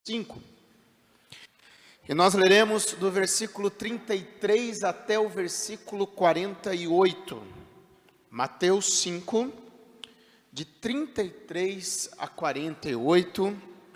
5. E nós leremos do versículo 33 até o versículo 48. Mateus 5, de 33 a 48.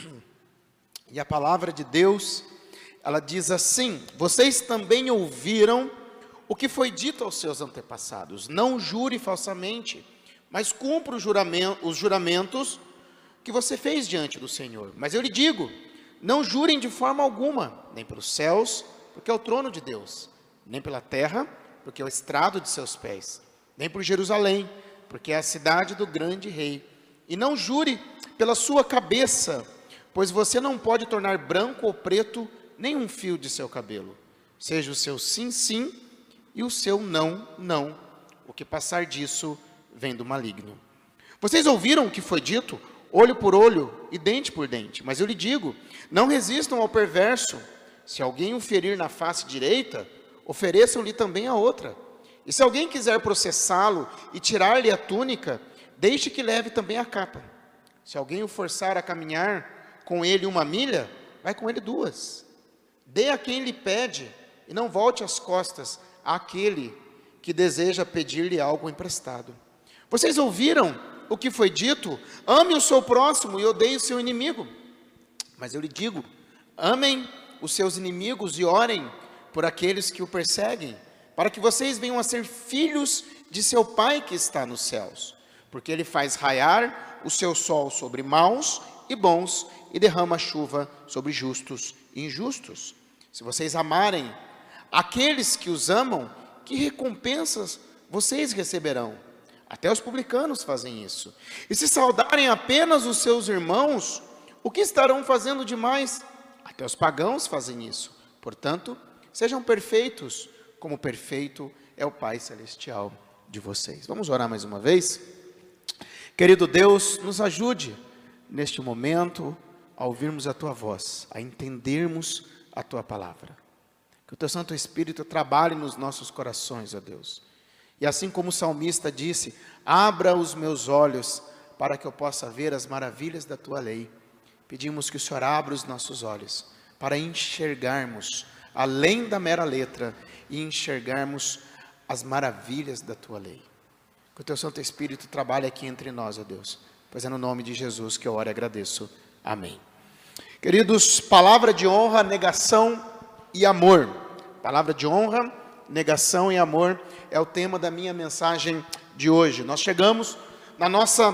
E a palavra de Deus, ela diz assim: vocês também ouviram o que foi dito aos seus antepassados. Não jure falsamente, mas cumpra os juramentos que você fez diante do Senhor. Mas eu lhe digo, não jurem de forma alguma, nem pelos céus, porque é o trono de Deus, nem pela terra, porque é o estrado de seus pés, nem por Jerusalém, porque é a cidade do grande rei. E não jure pela sua cabeça, pois você não pode tornar branco ou preto nenhum fio de seu cabelo. Seja o seu sim, sim, e o seu não, não. O que passar disso vem do maligno. Vocês ouviram o que foi dito? Olho por olho e dente por dente. Mas eu lhe digo, não resistam ao perverso. Se alguém o ferir na face direita, ofereçam-lhe também a outra. E se alguém quiser processá-lo e tirar-lhe a túnica, deixe que leve também a capa. Se alguém o forçar a caminhar com ele 1 milha, vai com ele 2. Dê a quem lhe pede e não volte as costas àquele que deseja pedir-lhe algo emprestado. Vocês ouviram o que foi dito? Ame o seu próximo e odeie o seu inimigo. Mas eu lhe digo, amem os seus inimigos e orem por aqueles que o perseguem, para que vocês venham a ser filhos de seu Pai que está nos céus. Porque Ele faz raiar o seu sol sobre maus e bons e derrama chuva sobre justos e injustos. Se vocês amarem aqueles que os amam, que recompensas vocês receberão? Até os publicanos fazem isso. E se saudarem apenas os seus irmãos, o que estarão fazendo demais? Até os pagãos fazem isso. Portanto, sejam perfeitos, como perfeito é o Pai Celestial de vocês. Vamos orar mais uma vez? Querido Deus, nos ajude neste momento a ouvirmos a Tua voz, a entendermos a Tua palavra. Que o Teu Santo Espírito trabalhe nos nossos corações, ó Deus. E assim como o salmista disse, abra os meus olhos para que eu possa ver as maravilhas da Tua lei. Pedimos que o Senhor abra os nossos olhos para enxergarmos além da mera letra e enxergarmos as maravilhas da Tua lei. Que o Teu Santo Espírito trabalhe aqui entre nós, ó Deus. Pois é no nome de Jesus que eu oro e agradeço. Amém. Queridos, palavra de honra, negação e amor. Palavra de honra, negação e amor é o tema da minha mensagem de hoje. Nós chegamos na nossa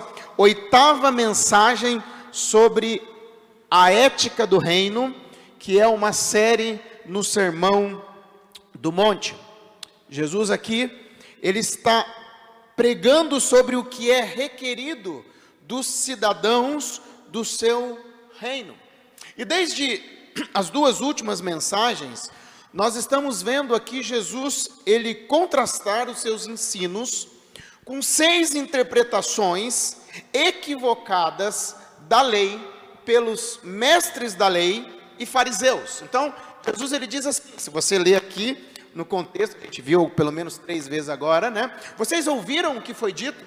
8ª mensagem sobre a ética do reino, que é uma série no Sermão do Monte. Jesus aqui, ele está pregando sobre o que é requerido dos cidadãos do seu reino. E desde as 2 últimas mensagens, nós estamos vendo aqui Jesus, ele contrastar os seus ensinos com 6 interpretações equivocadas da lei pelos mestres da lei e fariseus. Então, Jesus ele diz assim, se você ler aqui no contexto, que a gente viu pelo menos 3 vezes agora, né? Vocês ouviram o que foi dito?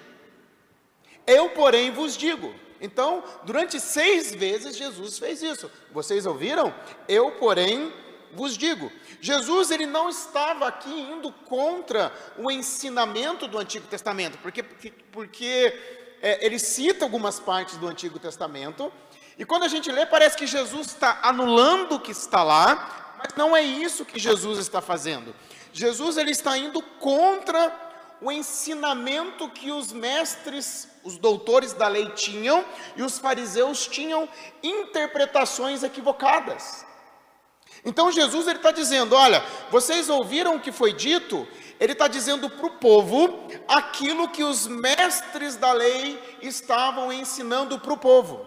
Eu, porém, vos digo. Então, durante 6 vezes Jesus fez isso. Vocês ouviram? Eu, porém, vos digo. Jesus ele não estava aqui indo contra o ensinamento do Antigo Testamento, porque ele cita algumas partes do Antigo Testamento, e quando a gente lê parece que Jesus está anulando o que está lá, mas não é isso que Jesus está fazendo. Jesus ele está indo contra o ensinamento que os mestres, os doutores da lei tinham, e os fariseus tinham interpretações equivocadas. Então Jesus ele está dizendo, olha, vocês ouviram o que foi dito? Ele está dizendo para o povo aquilo que os mestres da lei estavam ensinando para o povo.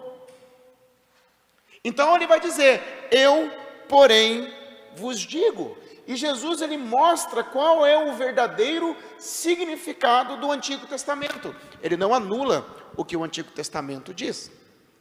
Então ele vai dizer, eu, porém, vos digo. E Jesus ele mostra qual é o verdadeiro significado do Antigo Testamento. Ele não anula o que o Antigo Testamento diz.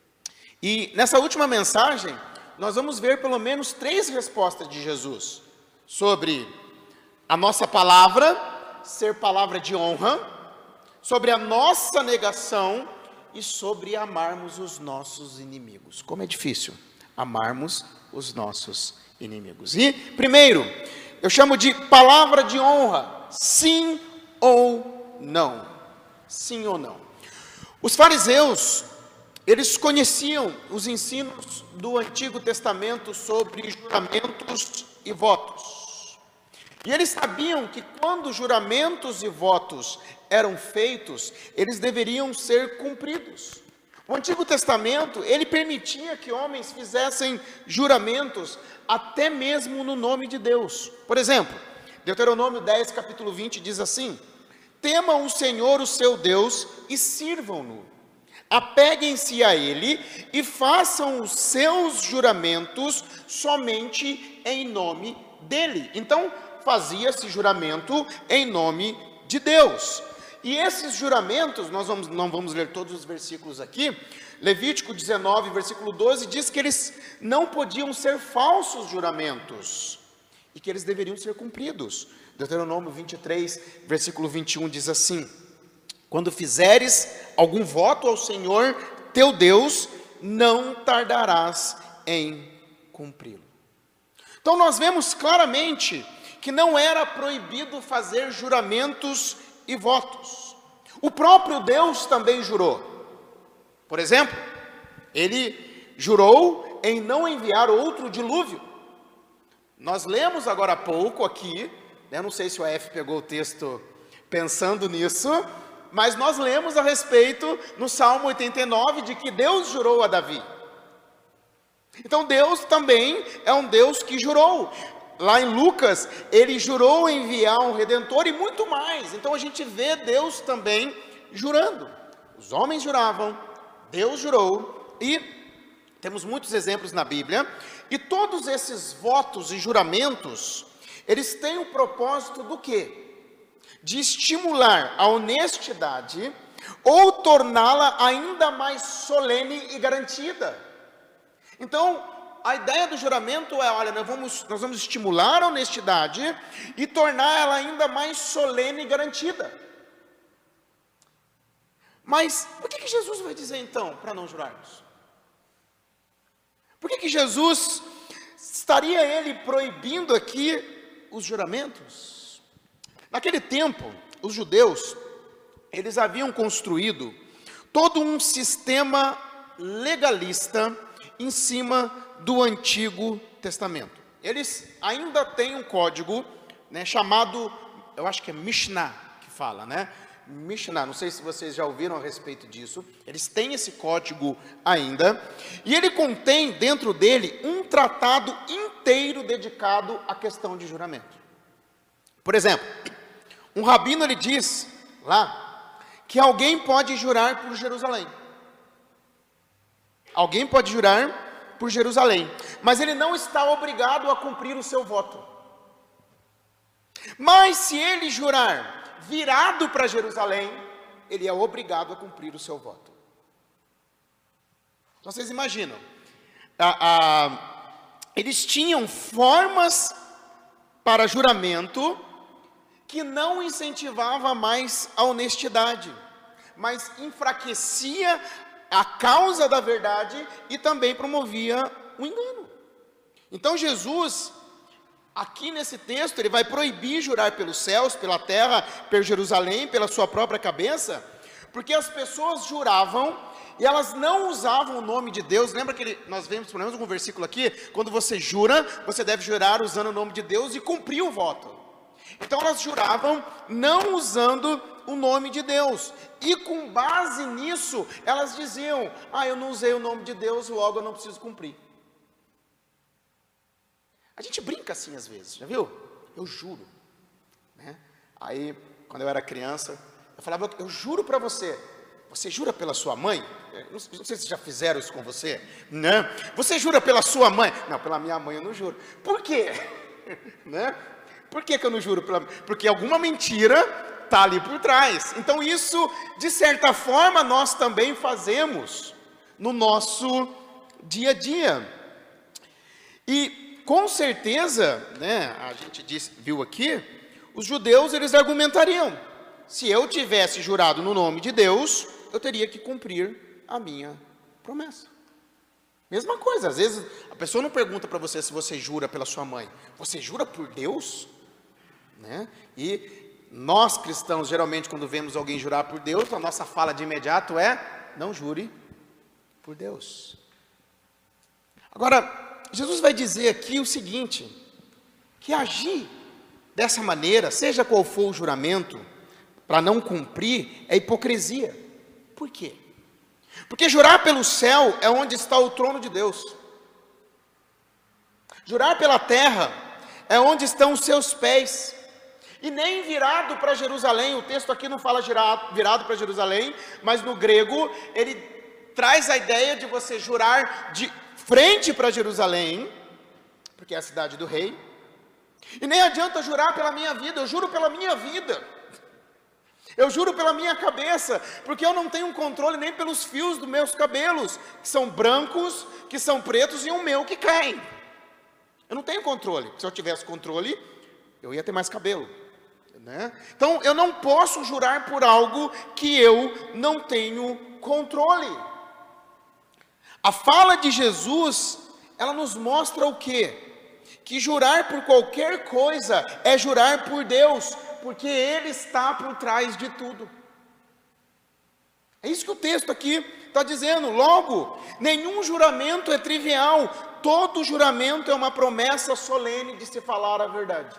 E nessa última mensagem, nós vamos ver pelo menos 3 respostas de Jesus sobre a nossa palavra ser palavra de honra, sobre a nossa negação e sobre amarmos os nossos inimigos. Como é difícil amarmos os nossos inimigos. E, primeiro, eu chamo de palavra de honra, sim ou não. Sim ou não. Os fariseus, eles conheciam os ensinos do Antigo Testamento sobre juramentos e votos. E eles sabiam que quando juramentos e votos eram feitos, eles deveriam ser cumpridos. O Antigo Testamento, ele permitia que homens fizessem juramentos até mesmo no nome de Deus. Por exemplo, Deuteronômio 10, capítulo 20, diz assim: temam o Senhor, o seu Deus, e sirvam-no. Apeguem-se a Ele e façam os seus juramentos somente em nome dEle. Então, fazia-se juramento em nome de Deus. E esses juramentos, nós não vamos ler todos os versículos aqui. Levítico 19, versículo 12, diz que eles não podiam ser falsos juramentos e que eles deveriam ser cumpridos. Deuteronômio 23, versículo 21 diz assim: quando fizeres algum voto ao Senhor teu Deus, não tardarás em cumpri-lo. Então nós vemos claramente que não era proibido fazer juramentos e votos. O próprio Deus também jurou. Por exemplo, ele jurou em não enviar outro dilúvio. Nós lemos agora há pouco aqui, eu não sei se o AF pegou o texto pensando nisso, mas nós lemos a respeito no Salmo 89 de que Deus jurou a Davi. Então Deus também é um Deus que jurou. Lá em Lucas, ele jurou enviar um Redentor e muito mais. Então a gente vê Deus também jurando. Os homens juravam, Deus jurou, e temos muitos exemplos na Bíblia. E todos esses votos e juramentos, eles têm o propósito do quê? De estimular a honestidade ou torná-la ainda mais solene e garantida. Então, a ideia do juramento é, olha, nós vamos estimular a honestidade e tornar ela ainda mais solene e garantida. Mas, por que Jesus vai dizer então, para não jurarmos? Por que Jesus, estaria ele proibindo aqui os juramentos? Naquele tempo, os judeus, eles haviam construído todo um sistema legalista em cima do Antigo Testamento. Eles ainda têm um código, chamado, eu acho que é Mishnah que fala, Mishnah, não sei se vocês já ouviram a respeito disso. Eles têm esse código ainda, e ele contém dentro dele um tratado inteiro dedicado à questão de juramento. Por exemplo, um rabino ele diz lá que alguém pode jurar por Jerusalém. Alguém pode jurar por Jerusalém, mas ele não está obrigado a cumprir o seu voto. Mas se ele jurar virado para Jerusalém, ele é obrigado a cumprir o seu voto. Então vocês imaginam, eles tinham formas para juramento que não incentivava mais a honestidade, mas enfraquecia a causa da verdade e também promovia o engano. Então Jesus, aqui nesse texto, ele vai proibir jurar pelos céus, pela terra, por Jerusalém, pela sua própria cabeça, porque as pessoas juravam e elas não usavam o nome de Deus. Lembra que nós vemos, pelo menos um versículo aqui, quando você jura, você deve jurar usando o nome de Deus e cumprir o voto. Então elas juravam não usando o nome de Deus, e com base nisso, elas diziam, eu não usei o nome de Deus, logo eu não preciso cumprir. A gente brinca assim às vezes, já viu? Eu juro, Aí, quando eu era criança, eu falava, eu juro para você. Você jura pela sua mãe? Não sei se já fizeram isso com você, Você jura pela sua mãe? Não, pela minha mãe eu não juro. Por quê? Por que eu não juro? Porque alguma mentira está ali por trás. Então isso, de certa forma, nós também fazemos no nosso dia a dia. E com certeza, a gente viu aqui, os judeus eles argumentariam, se eu tivesse jurado no nome de Deus, eu teria que cumprir a minha promessa. Mesma coisa, às vezes a pessoa não pergunta para você se você jura pela sua mãe. Você jura por Deus? Né? E nós cristãos, geralmente, quando vemos alguém jurar por Deus, a nossa fala de imediato é: não jure por Deus. Agora, Jesus vai dizer aqui o seguinte, que agir dessa maneira, seja qual for o juramento, para não cumprir, é hipocrisia. Por quê? Porque jurar pelo céu é onde está o trono de Deus. Jurar pela terra é onde estão os seus pés. E nem virado para Jerusalém, o texto aqui não fala virado para Jerusalém, mas no grego ele traz a ideia de você jurar de frente para Jerusalém, porque é a cidade do rei. E nem adianta jurar pela minha vida, eu juro pela minha vida. Eu juro pela minha cabeça, porque eu não tenho controle nem pelos fios dos meus cabelos, que são brancos, que são pretos, e o meu que cai. Eu não tenho controle. Se eu tivesse controle, eu ia ter mais cabelo, né? Então, eu não posso jurar por algo que eu não tenho controle. A fala de Jesus, ela nos mostra o quê? Que jurar por qualquer coisa é jurar por Deus, porque Ele está por trás de tudo. É isso que o texto aqui está dizendo. Logo, nenhum juramento é trivial, todo juramento é uma promessa solene de se falar a verdade.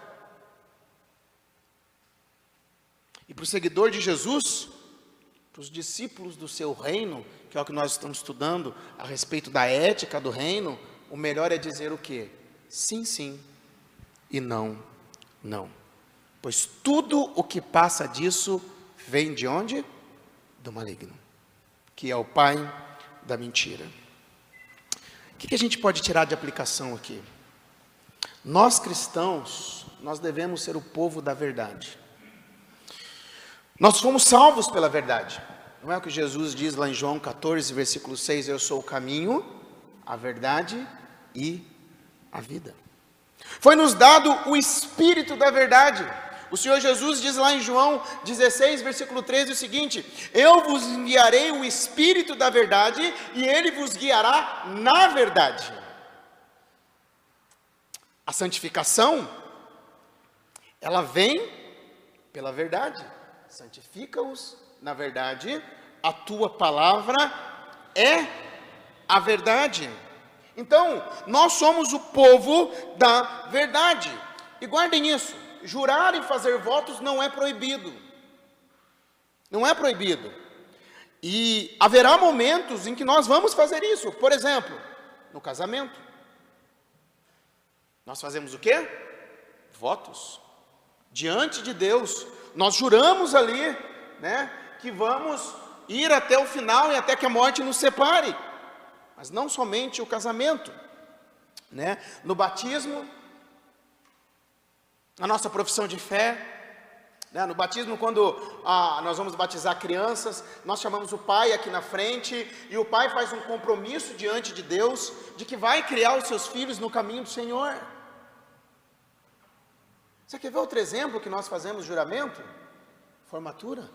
E para o seguidor de Jesus, para os discípulos do seu reino, que é o que nós estamos estudando a respeito da ética do reino, o melhor é dizer o quê? Sim, sim, e não, não. Pois tudo o que passa disso vem de onde? Do maligno, que é o pai da mentira. O que a gente pode tirar de aplicação aqui? Nós cristãos, nós devemos ser o povo da verdade. Nós fomos salvos pela verdade. Não é o que Jesus diz lá em João 14, versículo 6, eu sou o caminho, a verdade e a vida. Foi nos dado o Espírito da verdade. O Senhor Jesus diz lá em João 16, versículo 13 o seguinte: eu vos enviarei o Espírito da verdade e Ele vos guiará na verdade. A santificação, ela vem pela verdade. Santifica-os na verdade, a tua palavra é a verdade. Então, nós somos o povo da verdade. E guardem isso, jurar e fazer votos não é proibido. Não é proibido. E haverá momentos em que nós vamos fazer isso. Por exemplo, no casamento. Nós fazemos o quê? Votos. Diante de Deus. Nós juramos ali, né, que vamos ir até o final e até que a morte nos separe. Mas não somente o casamento, né? No batismo, na nossa profissão de fé, né? No batismo, quando nós vamos batizar crianças, nós chamamos o pai aqui na frente, e o pai faz um compromisso diante de Deus, de que vai criar os seus filhos no caminho do Senhor. Você quer ver outro exemplo que nós fazemos juramento? Formatura.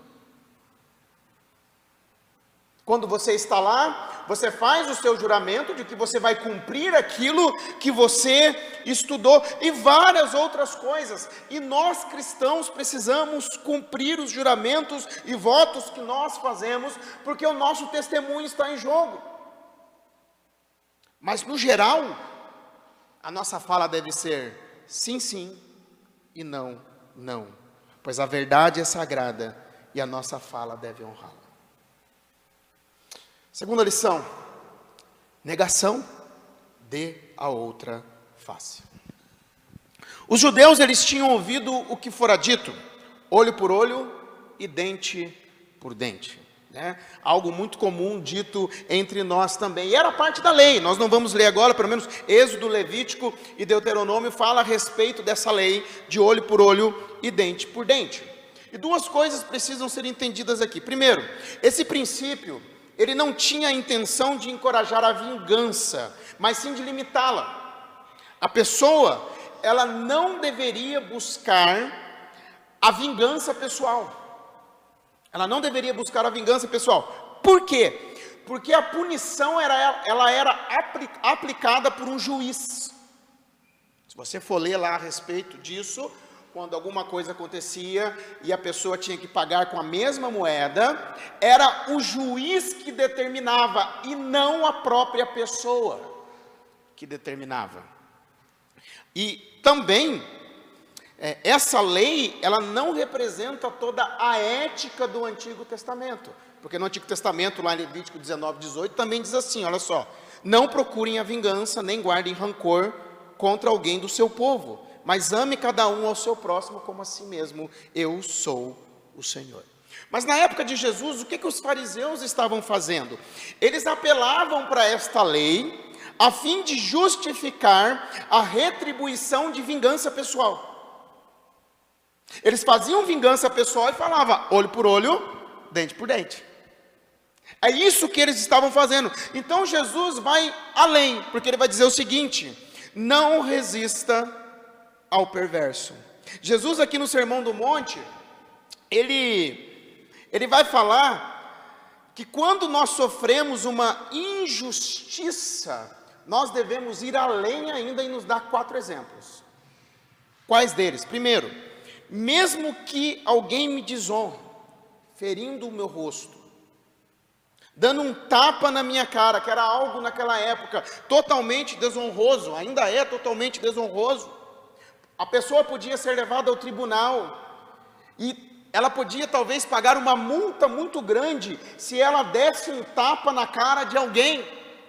Quando você está lá, você faz o seu juramento de que você vai cumprir aquilo que você estudou e várias outras coisas. E nós cristãos precisamos cumprir os juramentos e votos que nós fazemos, porque o nosso testemunho está em jogo. Mas no geral, a nossa fala deve ser sim, sim e não, não. Pois a verdade é sagrada e a nossa fala deve honrá-la. Segunda lição, negação dê a outra face. Os judeus, eles tinham ouvido o que fora dito, olho por olho e dente por dente, né? Algo muito comum dito entre nós também, e era parte da lei. Nós não vamos ler agora, pelo menos Êxodo, Levítico e Deuteronômio fala a respeito dessa lei de olho por olho e dente por dente. E duas coisas precisam ser entendidas aqui. Primeiro, esse princípio, ele não tinha a intenção de encorajar a vingança, mas sim de limitá-la. A pessoa, ela não deveria buscar a vingança pessoal. Ela não deveria buscar a vingança pessoal. Por quê? Porque a punição ela era aplicada por um juiz. Se você for ler lá a respeito disso, quando alguma coisa acontecia e a pessoa tinha que pagar com a mesma moeda, era o juiz que determinava e não a própria pessoa que determinava. E também, essa lei, ela não representa toda a ética do Antigo Testamento. Porque no Antigo Testamento, lá em Levítico 19, 18, também diz assim, olha só: não procurem a vingança, nem guardem rancor contra alguém do seu povo, mas ame cada um ao seu próximo como a si mesmo, eu sou o Senhor. Mas na época de Jesus, o que os fariseus estavam fazendo? Eles apelavam para esta lei, a fim de justificar a retribuição de vingança pessoal. Eles faziam vingança pessoal e falavam, olho por olho, dente por dente. É isso que eles estavam fazendo. Então Jesus vai além, porque ele vai dizer o seguinte: não resista ao perverso. Jesus aqui no Sermão do Monte, ele vai falar que quando nós sofremos uma injustiça, nós devemos ir além ainda e nos dar 4 exemplos. Quais deles? Primeiro, mesmo que alguém me desonre, ferindo o meu rosto, dando um tapa na minha cara, que era algo naquela época totalmente desonroso, ainda é totalmente desonroso. A pessoa podia ser levada ao tribunal e ela podia talvez pagar uma multa muito grande se ela desse um tapa na cara de alguém.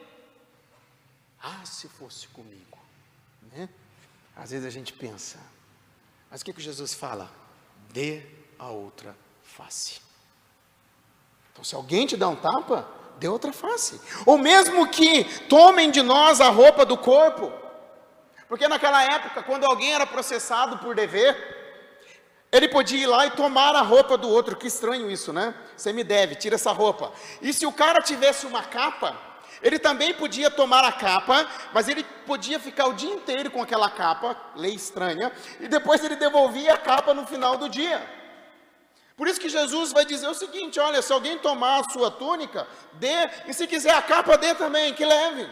Ah, se fosse comigo, né? Às vezes a gente pensa, mas o que Jesus fala? Dê a outra face. Então, se alguém te dá um tapa, dê outra face. Ou mesmo que tomem de nós a roupa do corpo, porque naquela época, quando alguém era processado por dever, ele podia ir lá e tomar a roupa do outro. Que estranho isso, né? Você me deve, tira essa roupa. E se o cara tivesse uma capa, ele também podia tomar a capa, mas ele podia ficar o dia inteiro com aquela capa, lei estranha, e depois ele devolvia a capa no final do dia. Por isso que Jesus vai dizer o seguinte: olha, se alguém tomar a sua túnica, dê, e se quiser a capa, dê também, que leve.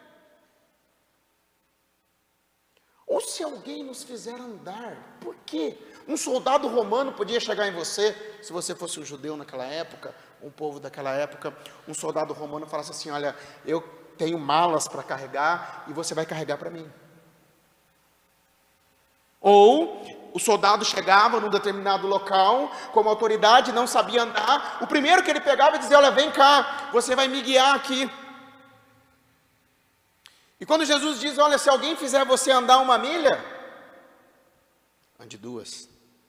Ou se alguém nos fizer andar, por quê? Um soldado romano podia chegar em você, se você fosse um judeu naquela época, um povo daquela época, um soldado romano falasse assim: olha, eu tenho malas para carregar e você vai carregar para mim. Ou o soldado chegava num determinado local, como autoridade, não sabia andar, o primeiro que ele pegava e dizia: olha, vem cá, você vai me guiar aqui. E quando Jesus diz: olha, se alguém fizer você andar 1 milha, ande 2.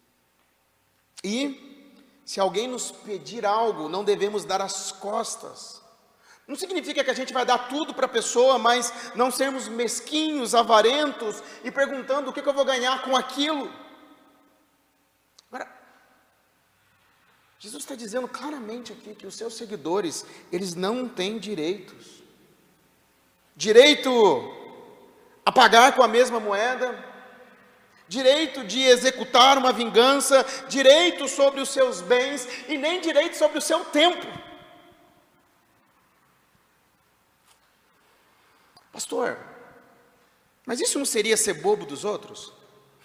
E se alguém nos pedir algo, não devemos dar as costas. Não significa que a gente vai dar tudo para a pessoa, mas não sermos mesquinhos, avarentos e perguntando o que eu vou ganhar com aquilo. Agora, Jesus está dizendo claramente aqui que os seus seguidores, eles não têm direitos. Direito a pagar com a mesma moeda, direito de executar uma vingança, direito sobre os seus bens e nem direito sobre o seu tempo. Pastor, mas isso não seria ser bobo dos outros?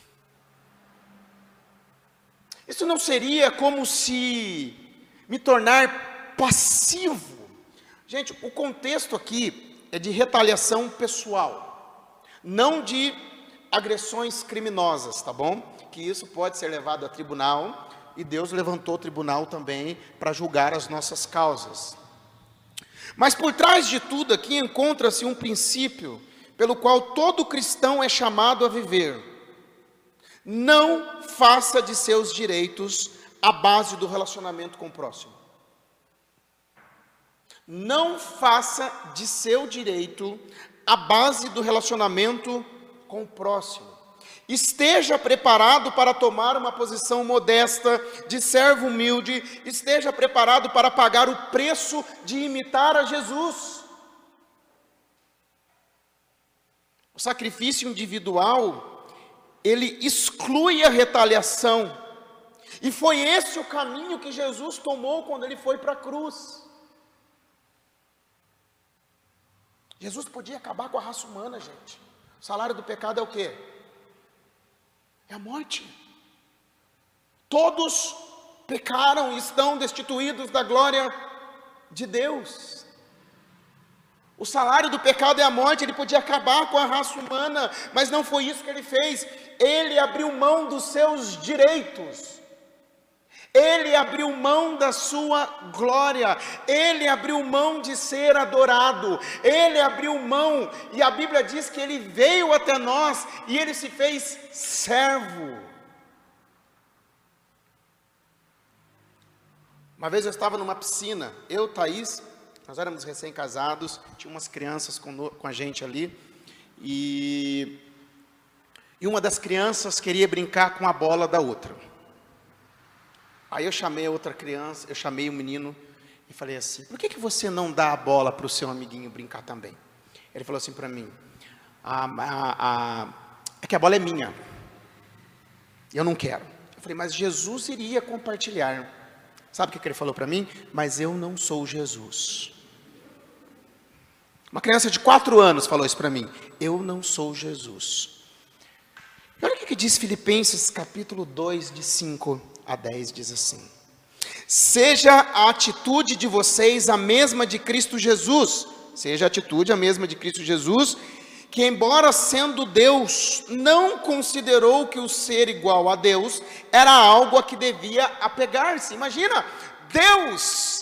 Isso não seria como se me tornar passivo? Gente, o contexto aqui é de retaliação pessoal, não de agressões criminosas, tá bom? Que isso pode ser levado a tribunal, e Deus levantou o tribunal também para julgar as nossas causas. Mas por trás de tudo aqui encontra-se um princípio pelo qual todo cristão é chamado a viver. Não faça de seus direitos a base do relacionamento com o próximo. Não faça de seu direito a base do relacionamento com o próximo. Esteja preparado para tomar uma posição modesta, de servo humilde, esteja preparado para pagar o preço de imitar a Jesus. O sacrifício individual, ele exclui a retaliação, e foi esse o caminho que Jesus tomou quando ele foi para a cruz. Jesus podia acabar com a raça humana, gente. O salário do pecado é o quê? É a morte. Todos pecaram e estão destituídos da glória de Deus. O salário do pecado é a morte. Ele podia acabar com a raça humana, mas não foi isso que ele fez. Ele abriu mão dos seus direitos. Ele abriu mão da sua glória, ele abriu mão de ser adorado, ele abriu mão, e a Bíblia diz que ele veio até nós, e ele se fez servo. Uma vez eu estava numa piscina, eu, Thaís, nós éramos recém-casados, tinha umas crianças com a gente ali, e uma das crianças queria brincar com a bola da outra. Aí eu chamei a outra criança, eu chamei o menino e falei assim: por que você não dá a bola para o seu amiguinho brincar também? Ele falou assim para mim: é que a bola é minha, eu não quero. Eu falei: mas Jesus iria compartilhar. Sabe o que ele falou para mim? Mas eu não sou Jesus. Uma criança de 4 anos falou isso para mim: eu não sou Jesus. E olha o que diz Filipenses capítulo 2, de 5 a 10, diz assim: seja a atitude de vocês a mesma de Cristo Jesus, seja a atitude a mesma de Cristo Jesus, que embora sendo Deus, não considerou que o ser igual a Deus era algo a que devia apegar-se. Imagina, Deus,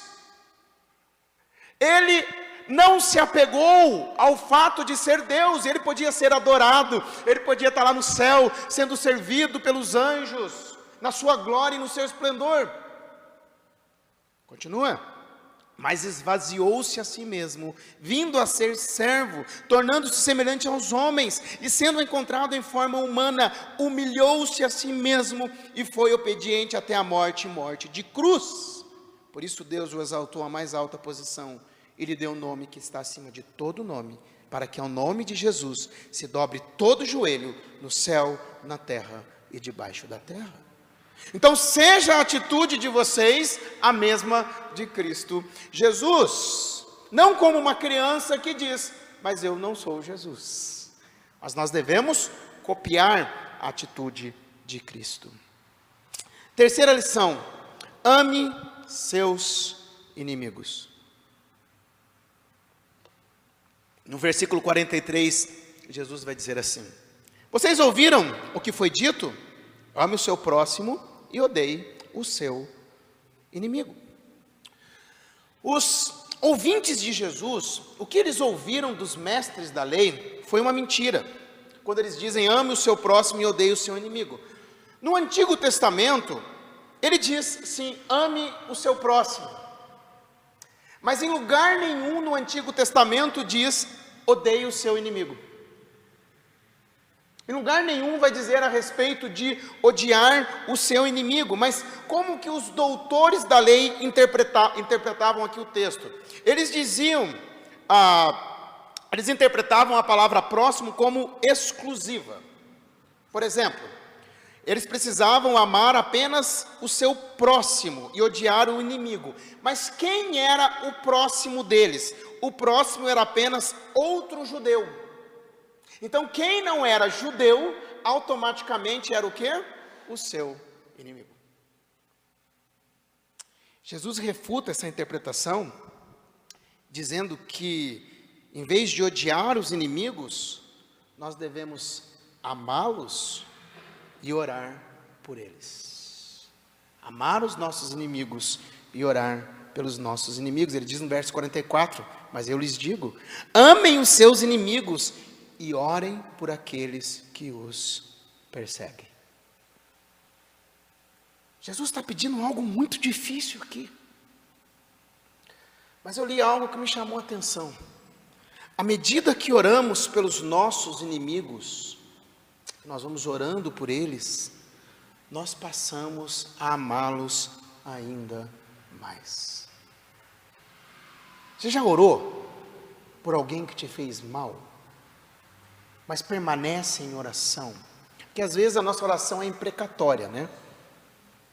ele não se apegou ao fato de ser Deus. Ele podia ser adorado, ele podia estar lá no céu, sendo servido pelos anjos, na sua glória e no seu esplendor. Continua: mas esvaziou-se a si mesmo, vindo a ser servo, tornando-se semelhante aos homens, e sendo encontrado em forma humana, humilhou-se a si mesmo, e foi obediente até a morte, morte de cruz. Por isso Deus o exaltou à mais alta posição, e lhe deu um nome que está acima de todo nome, para que ao nome de Jesus se dobre todo joelho, no céu, na terra e debaixo da terra. Então seja a atitude de vocês a mesma de Cristo Jesus, não como uma criança que diz: mas eu não sou Jesus. Mas nós devemos copiar a atitude de Cristo. Terceira lição: ame seus inimigos. No versículo 43, Jesus vai dizer assim: vocês ouviram o que foi dito? Ame o seu próximo e odeie o seu inimigo. Os ouvintes de Jesus, o que eles ouviram dos mestres da lei foi uma mentira, quando eles dizem: ame o seu próximo e odeie o seu inimigo. No Antigo Testamento, ele diz sim: ame o seu próximo, mas em lugar nenhum no Antigo Testamento diz: odeie o seu inimigo. Em lugar nenhum vai dizer a respeito de odiar o seu inimigo. Mas como que os doutores da lei interpretavam aqui o texto? Eles diziam, eles interpretavam a palavra próximo como exclusiva. Por exemplo, eles precisavam amar apenas o seu próximo e odiar o inimigo. Mas quem era o próximo deles? O próximo era apenas outro judeu. Então, quem não era judeu, automaticamente era o quê? O seu inimigo. Jesus refuta essa interpretação, dizendo que, em vez de odiar os inimigos, nós devemos amá-los e orar por eles. Amar os nossos inimigos e orar pelos nossos inimigos. Ele diz no verso 44, mas eu lhes digo: amem os seus inimigos e orem por aqueles que os perseguem. Jesus está pedindo algo muito difícil aqui. Mas eu li algo que me chamou a atenção. À medida que oramos pelos nossos inimigos, nós vamos orando por eles, nós passamos a amá-los ainda mais. Você já orou por alguém que te fez mal, mas permanece em oração? Porque às vezes a nossa oração é imprecatória, né?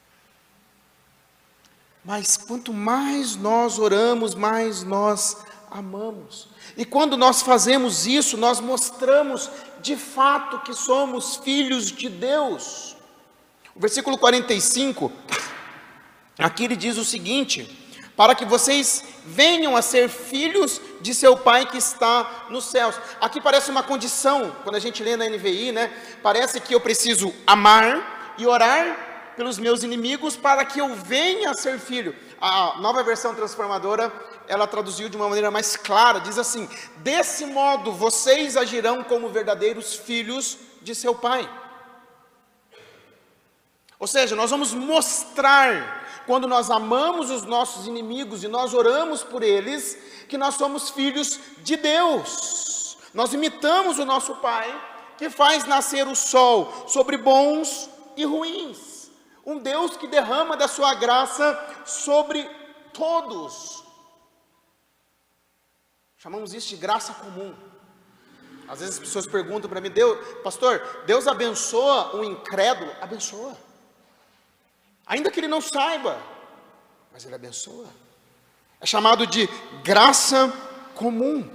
Mas quanto mais nós oramos, mais nós amamos. E quando nós fazemos isso, nós mostramos de fato que somos filhos de Deus. O versículo 45, aqui ele diz o seguinte: para que vocês venham a ser filhos de seu Pai que está nos céus. Aqui parece uma condição, quando a gente lê na NVI, né? Parece que eu preciso amar e orar pelos meus inimigos para que eu venha a ser filho. A Nova Versão Transformadora, ela traduziu de uma maneira mais clara, diz assim: desse modo vocês agirão como verdadeiros filhos de seu Pai. Ou seja, nós vamos mostrar, quando nós amamos os nossos inimigos e nós oramos por eles, que nós somos filhos de Deus. Nós imitamos o nosso Pai, que faz nascer o sol sobre bons e ruins. Um Deus que derrama da sua graça sobre todos. Chamamos isso de graça comum. Às vezes as pessoas perguntam para mim: pastor, Deus abençoa um incrédulo? Abençoa. Ainda que ele não saiba, mas ele abençoa. É chamado de graça comum.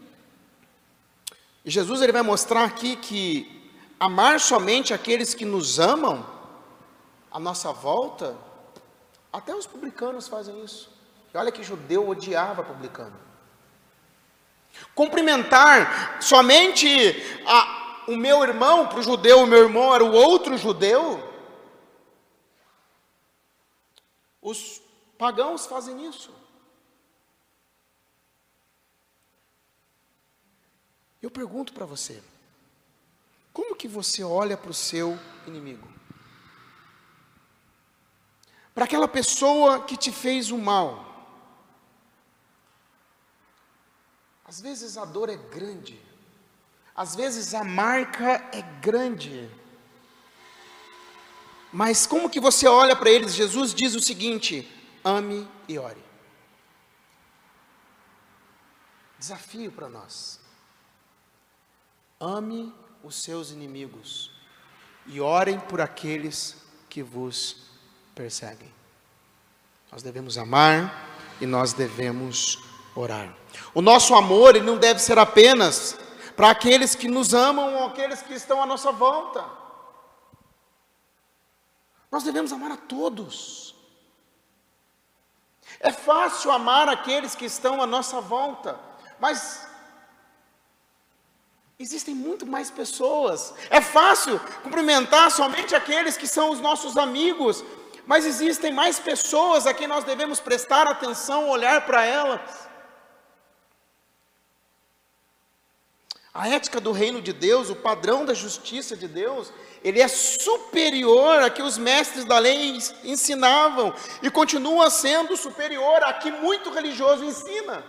E Jesus ele vai mostrar aqui que amar somente aqueles que nos amam, à nossa volta, até os publicanos fazem isso. E olha que judeu odiava publicano. Cumprimentar somente o meu irmão, para o judeu o meu irmão era o outro judeu. Os pagãos fazem isso. Eu pergunto para você: como que você olha para o seu inimigo? Para aquela pessoa que te fez o mal? Às vezes a dor é grande, às vezes a marca é grande, mas como que você olha para eles? Jesus diz o seguinte: ame e ore. Desafio para nós: ame os seus inimigos e orem por aqueles que vos perseguem. Nós devemos amar e nós devemos orar. O nosso amor, ele não deve ser apenas para aqueles que nos amam ou aqueles que estão à nossa volta. Nós devemos amar a todos. É fácil amar aqueles que estão à nossa volta, mas existem muito mais pessoas. É fácil cumprimentar somente aqueles que são os nossos amigos, mas existem mais pessoas a quem nós devemos prestar atenção, olhar para elas. A ética do reino de Deus, o padrão da justiça de Deus, ele é superior a que os mestres da lei ensinavam e continua sendo superior a que muito religioso ensina.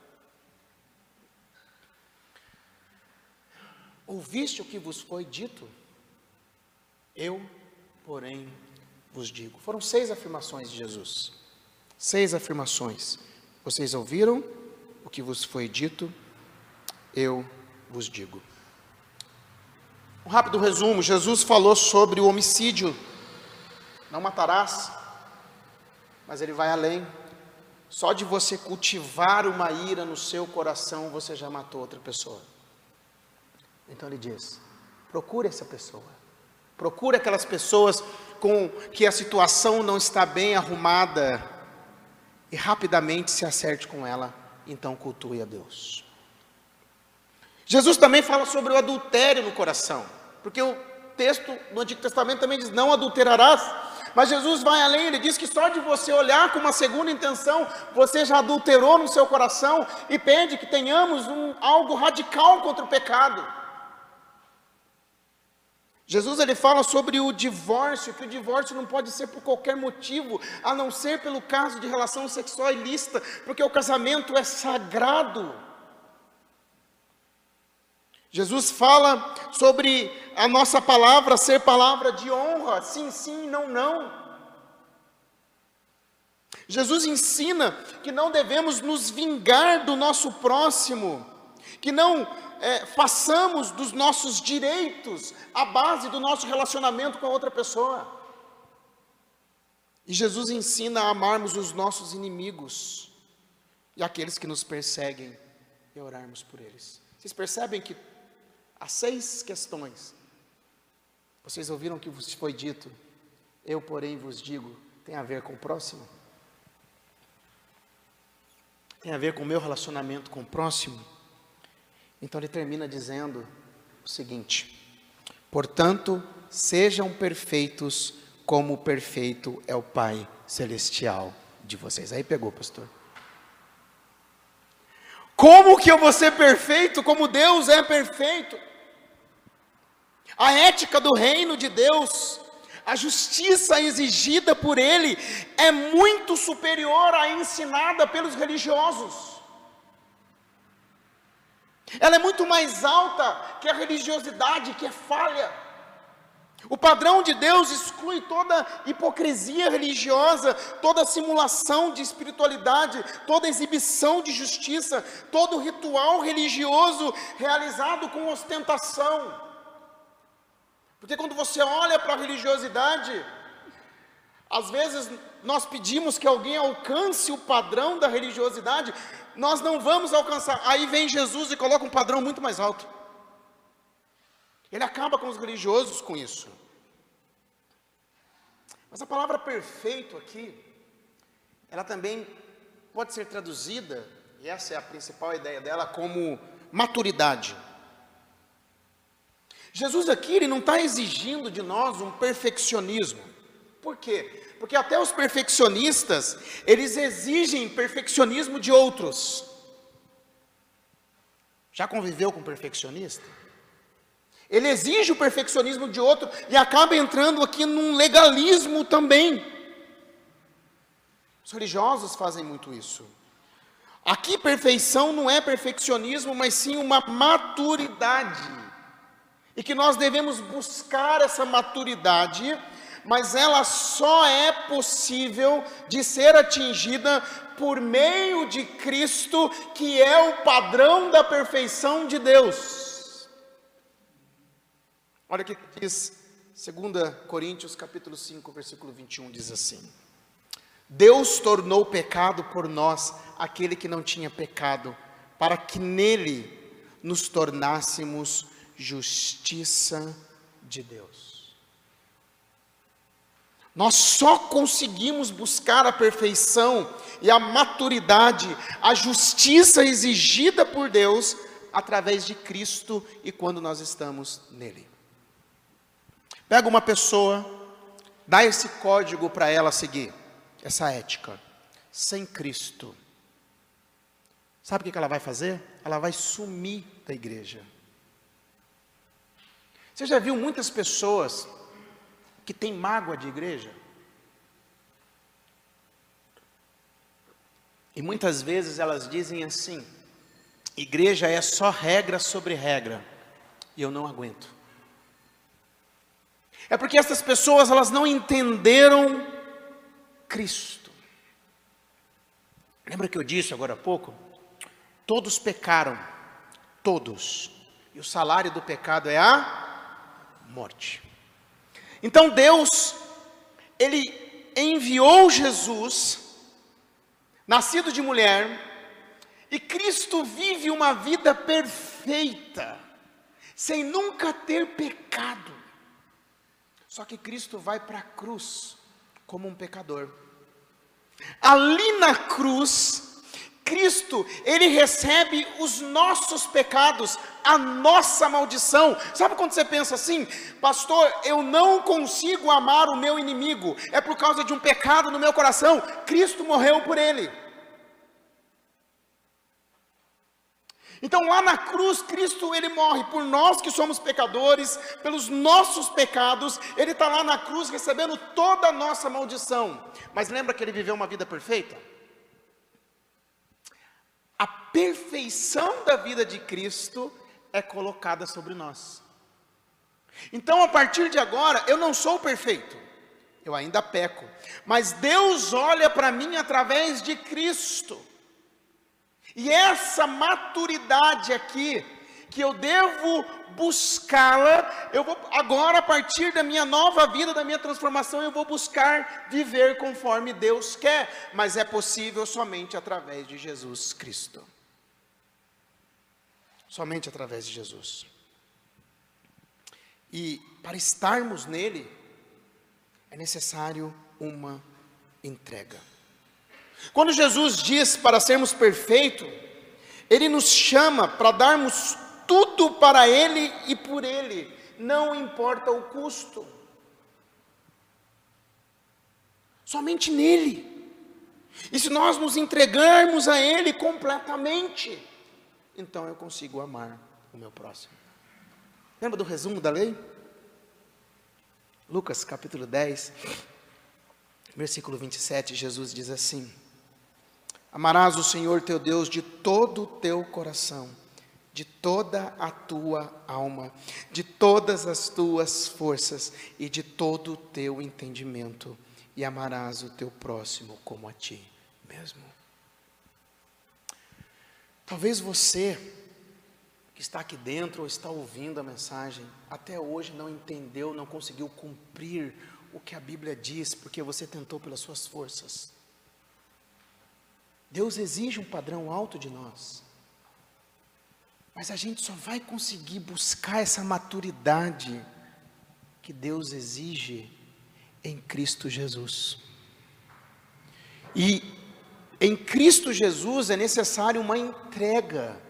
Ouviste o que vos foi dito? Eu, porém, vos digo. Foram 6 afirmações de Jesus. 6 afirmações. Vocês ouviram o que vos foi dito? Eu vos digo. Um rápido resumo: Jesus falou sobre o homicídio. Não matarás. Mas ele vai além. Só de você cultivar uma ira no seu coração, você já matou outra pessoa. Então ele diz: procure essa pessoa. Procure aquelas pessoas com que a situação não está bem arrumada e rapidamente se acerte com ela. Então cultue a Deus. Jesus também fala sobre o adultério no coração, porque o texto do Antigo Testamento também diz: não adulterarás. Mas Jesus vai além, ele diz que só de você olhar com uma segunda intenção, você já adulterou no seu coração, e pede que tenhamos algo radical contra o pecado. Jesus ele fala sobre o divórcio, que o divórcio não pode ser por qualquer motivo, a não ser pelo caso de relação sexual ilícita, porque o casamento é sagrado. Jesus fala sobre a nossa palavra ser palavra de honra, sim, sim, não, não. Jesus ensina que não devemos nos vingar do nosso próximo, que não façamos dos nossos direitos a base do nosso relacionamento com a outra pessoa. E Jesus ensina a amarmos os nossos inimigos. e aqueles que nos perseguem, e orarmos por eles. Vocês percebem que as 6 questões, vocês ouviram que vos foi dito, eu porém vos digo, tem a ver com o próximo? Tem a ver com o meu relacionamento com o próximo? Então ele termina dizendo o seguinte: portanto, sejam perfeitos como perfeito é o Pai Celestial de vocês. Aí pegou, pastor. Como que eu vou ser perfeito como Deus é perfeito? A ética do reino de Deus, a justiça exigida por Ele, é muito superior à ensinada pelos religiosos. Ela é muito mais alta que a religiosidade, que é falha. O padrão de Deus exclui toda hipocrisia religiosa, toda simulação de espiritualidade, toda exibição de justiça, todo ritual religioso realizado com ostentação. Porque quando você olha para a religiosidade, às vezes nós pedimos que alguém alcance o padrão da religiosidade, nós não vamos alcançar. Aí vem Jesus e coloca um padrão muito mais alto. Ele acaba com os religiosos com isso. Mas a palavra perfeito aqui, ela também pode ser traduzida, e essa é a principal ideia dela, como maturidade. Jesus aqui, ele não está exigindo de nós um perfeccionismo. Por quê? Porque até os perfeccionistas, eles exigem perfeccionismo de outros. Já conviveu com um perfeccionista? Ele exige o perfeccionismo de outro e acaba entrando aqui num legalismo também. Os religiosos fazem muito isso. Aqui perfeição não é perfeccionismo, mas sim uma maturidade. E que nós devemos buscar essa maturidade, mas ela só é possível de ser atingida por meio de Cristo, que é o padrão da perfeição de Deus. Olha o que diz 2 Coríntios capítulo 5, versículo 21, diz assim: Deus tornou pecado por nós aquele que não tinha pecado, para que nele nos tornássemos justiça de Deus. Nós só conseguimos buscar a perfeição e a maturidade, a justiça exigida por Deus, através de Cristo e quando nós estamos nele. Pega uma pessoa, dá esse código para ela seguir, essa ética, sem Cristo. Sabe o que ela vai fazer? Ela vai sumir da igreja. Você já viu muitas pessoas que têm mágoa de igreja? E muitas vezes elas dizem assim: igreja é só regra sobre regra, e eu não aguento. É porque essas pessoas, elas não entenderam Cristo. Lembra que eu disse agora há pouco? Todos pecaram, todos. E o salário do pecado é a morte. Então Deus, Ele enviou Jesus, nascido de mulher, e Cristo vive uma vida perfeita, sem nunca ter pecado. Só que Cristo vai para a cruz como um pecador. Ali na cruz, Cristo, Ele recebe os nossos pecados, a nossa maldição. Sabe quando você pensa assim: pastor, eu não consigo amar o meu inimigo, é por causa de um pecado no meu coração? Cristo morreu por ele. Então lá na cruz, Cristo, Ele morre por nós que somos pecadores, pelos nossos pecados. Ele está lá na cruz recebendo toda a nossa maldição. Mas lembra que Ele viveu uma vida perfeita? A perfeição da vida de Cristo é colocada sobre nós. Então a partir de agora, eu não sou perfeito, eu ainda peco, mas Deus olha para mim através de Cristo. E essa maturidade aqui que eu devo buscá-la. Eu vou agora, a partir da minha nova vida, da minha transformação, eu vou buscar viver conforme Deus quer, mas é possível somente através de Jesus Cristo. Somente através de Jesus. E para estarmos nele, é necessário uma entrega. Quando Jesus diz para sermos perfeitos, Ele nos chama para darmos tudo para Ele e por Ele, não importa o custo. Somente nele. E se nós nos entregarmos a Ele completamente, então eu consigo amar o meu próximo. Lembra do resumo da lei? Lucas capítulo 10, versículo 27, Jesus diz assim: amarás o Senhor teu Deus de todo o teu coração, de toda a tua alma, de todas as tuas forças e de todo o teu entendimento, e amarás o teu próximo como a ti mesmo. Talvez você que está aqui dentro ou está ouvindo a mensagem, até hoje não entendeu, não conseguiu cumprir o que a Bíblia diz, porque você tentou pelas suas forças. Deus exige um padrão alto de nós, mas a gente só vai conseguir buscar essa maturidade que Deus exige em Cristo Jesus. E em Cristo Jesus é necessário uma entrega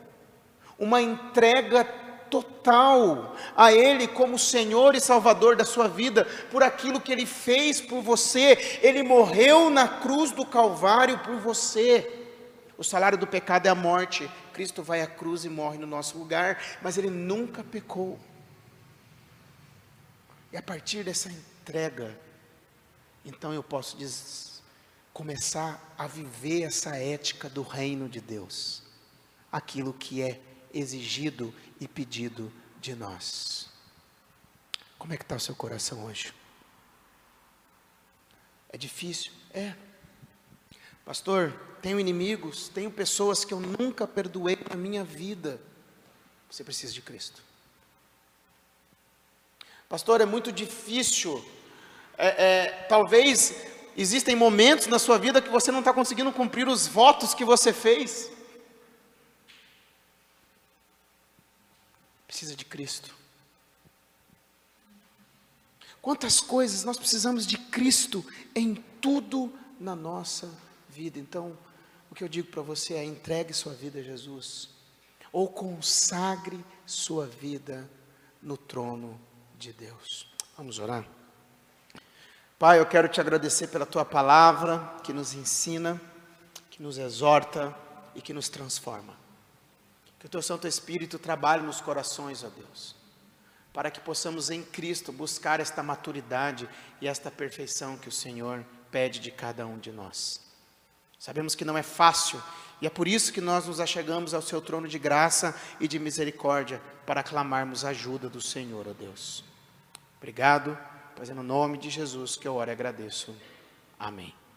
total a Ele como Senhor e Salvador da sua vida, por aquilo que Ele fez por você. Ele morreu na cruz do Calvário por você. O salário do pecado é a morte. Cristo vai à cruz e morre no nosso lugar, mas Ele nunca pecou. E a partir dessa entrega, então eu posso começar a viver essa ética do reino de Deus, aquilo que é exigido e pedido de nós. Como é que está o seu coração hoje? É difícil? É. Pastor, tenho inimigos, tenho pessoas que eu nunca perdoei na minha vida. Você precisa de Cristo. Pastor, é muito difícil. Talvez existem momentos na sua vida que você não está conseguindo cumprir os votos que você fez. Precisa de Cristo. Quantas coisas nós precisamos de Cristo em tudo na nossa vida. Então, o que eu digo para você é: entregue sua vida a Jesus, ou consagre sua vida no trono de Deus. Vamos orar? Pai, eu quero te agradecer pela tua palavra, que nos ensina, que nos exorta e que nos transforma. Que o teu Santo Espírito trabalhe nos corações, ó Deus, para que possamos em Cristo buscar esta maturidade e esta perfeição que o Senhor pede de cada um de nós. Sabemos que não é fácil, e é por isso que nós nos achegamos ao seu trono de graça e de misericórdia, para clamarmos a ajuda do Senhor, ó Deus. Obrigado, pois é no nome de Jesus que eu oro e agradeço. Amém.